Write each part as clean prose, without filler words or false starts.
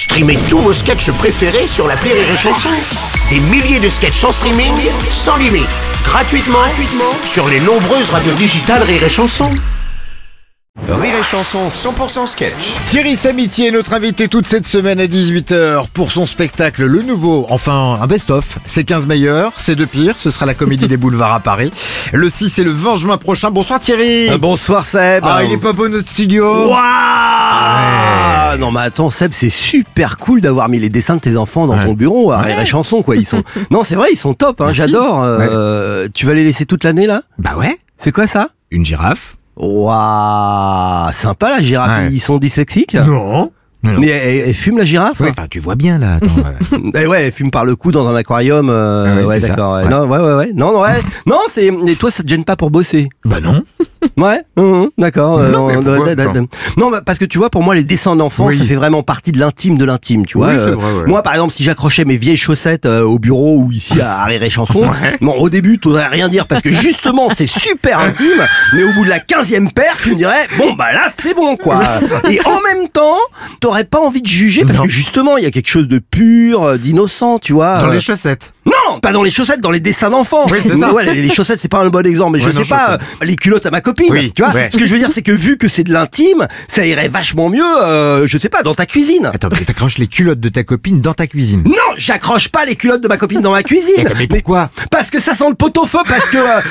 Streamez tous vos sketchs préférés sur l'appli Rire et Chanson. Des milliers de sketchs en streaming, sans limite, gratuitement sur les nombreuses radios digitales Rire et Chanson. Rire et Chanson 100% sketch. Thierry Samitier est notre invité toute cette semaine à 18h pour son spectacle Le Nouveau, enfin un best-of. Ses 15 meilleurs, ses 2 pires, ce sera la Comédie des Boulevards à Paris. Le 6 et le 20 juin prochain. Bonsoir Thierry. Bonsoir Seb. Ah, il est pas beau notre studio. Waouh. Non mais attends Seb, c'est super cool d'avoir mis les dessins de tes enfants dans ton bureau à Rire et Chanson quoi. Ils sont... Non c'est vrai, ils sont top, hein, j'adore. Tu vas les laisser toute l'année là? Bah ouais. C'est quoi ça? Une girafe. Waouh, sympa la girafe. Ouais. Ils sont dyslexiques? Non. Mais elle fume la girafe? Ouais, enfin tu vois bien là. Attends, Eh ouais, elle fume par le cou dans un aquarium. Ouais, c'est d'accord. ça. Ouais. Ouais. Non, c'est. Et toi, ça te gêne pas pour bosser? Bah non. Ouais, d'accord. Non, mais pourquoi, Non, bah, parce que tu vois, pour moi, les dessins d'enfants, Oui. ça fait vraiment partie de l'intime, tu vois. Oui, c'est vrai, ouais. Moi, par exemple, si j'accrochais mes vieilles chaussettes au bureau ou ici à Rire et Chanson, bon, au début, t'oserais rien dire parce que justement, c'est super intime, mais au bout de la 15e paire, tu me dirais, bon, bah là, c'est bon, quoi. Et en même temps, t'aurais pas envie de juger parce Non. que justement, il y a quelque chose de pur, d'innocent, tu vois. Dans les chaussettes. Non, pas dans les chaussettes, dans les dessins d'enfants. Oui, c'est ça. Ouais, les chaussettes, c'est pas un bon exemple, mais Ouais, je non, sais pas, les culottes à ma copine, Oui, tu vois. ouais. Ce que je veux dire, c'est que vu que c'est de l'intime, ça irait vachement mieux, je sais pas, dans ta cuisine. Attends, mais t'accroches les culottes de ta copine dans ta cuisine. Non, j'accroche pas les culottes de ma copine dans ma cuisine. Mais pourquoi? Parce que ça sent le pot-au-feu, parce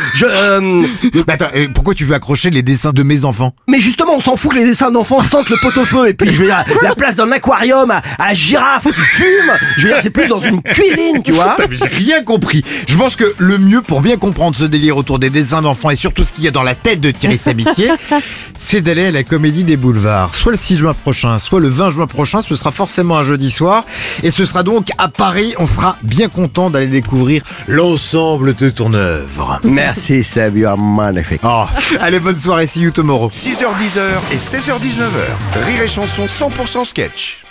que Bah attends, pourquoi tu veux accrocher les dessins de mes enfants? mais justement, on s'en fout que les dessins d'enfants sentent le pot-au-feu. Et puis, je veux dire, la place d'un aquarium à girafe qui fume, je veux dire, c'est plus dans une cuisine, tu vois. Putain, mais j'ai rien compris. Je pense que le mieux pour bien comprendre ce délire autour des dessins d'enfants et surtout ce qu'il y a dans la tête de Thierry Samitier, c'est d'aller à la Comédie des Boulevards. Soit le 6 juin prochain, soit le 20 juin prochain. Ce sera forcément un jeudi soir. Et ce sera donc à Paris. On sera bien content d'aller découvrir l'ensemble de ton œuvre. Merci, Seb, you are magnifique. Oh, allez, bonne soirée. See you tomorrow. 6h10 et 16h19. Rire et Chanson 100% sketch.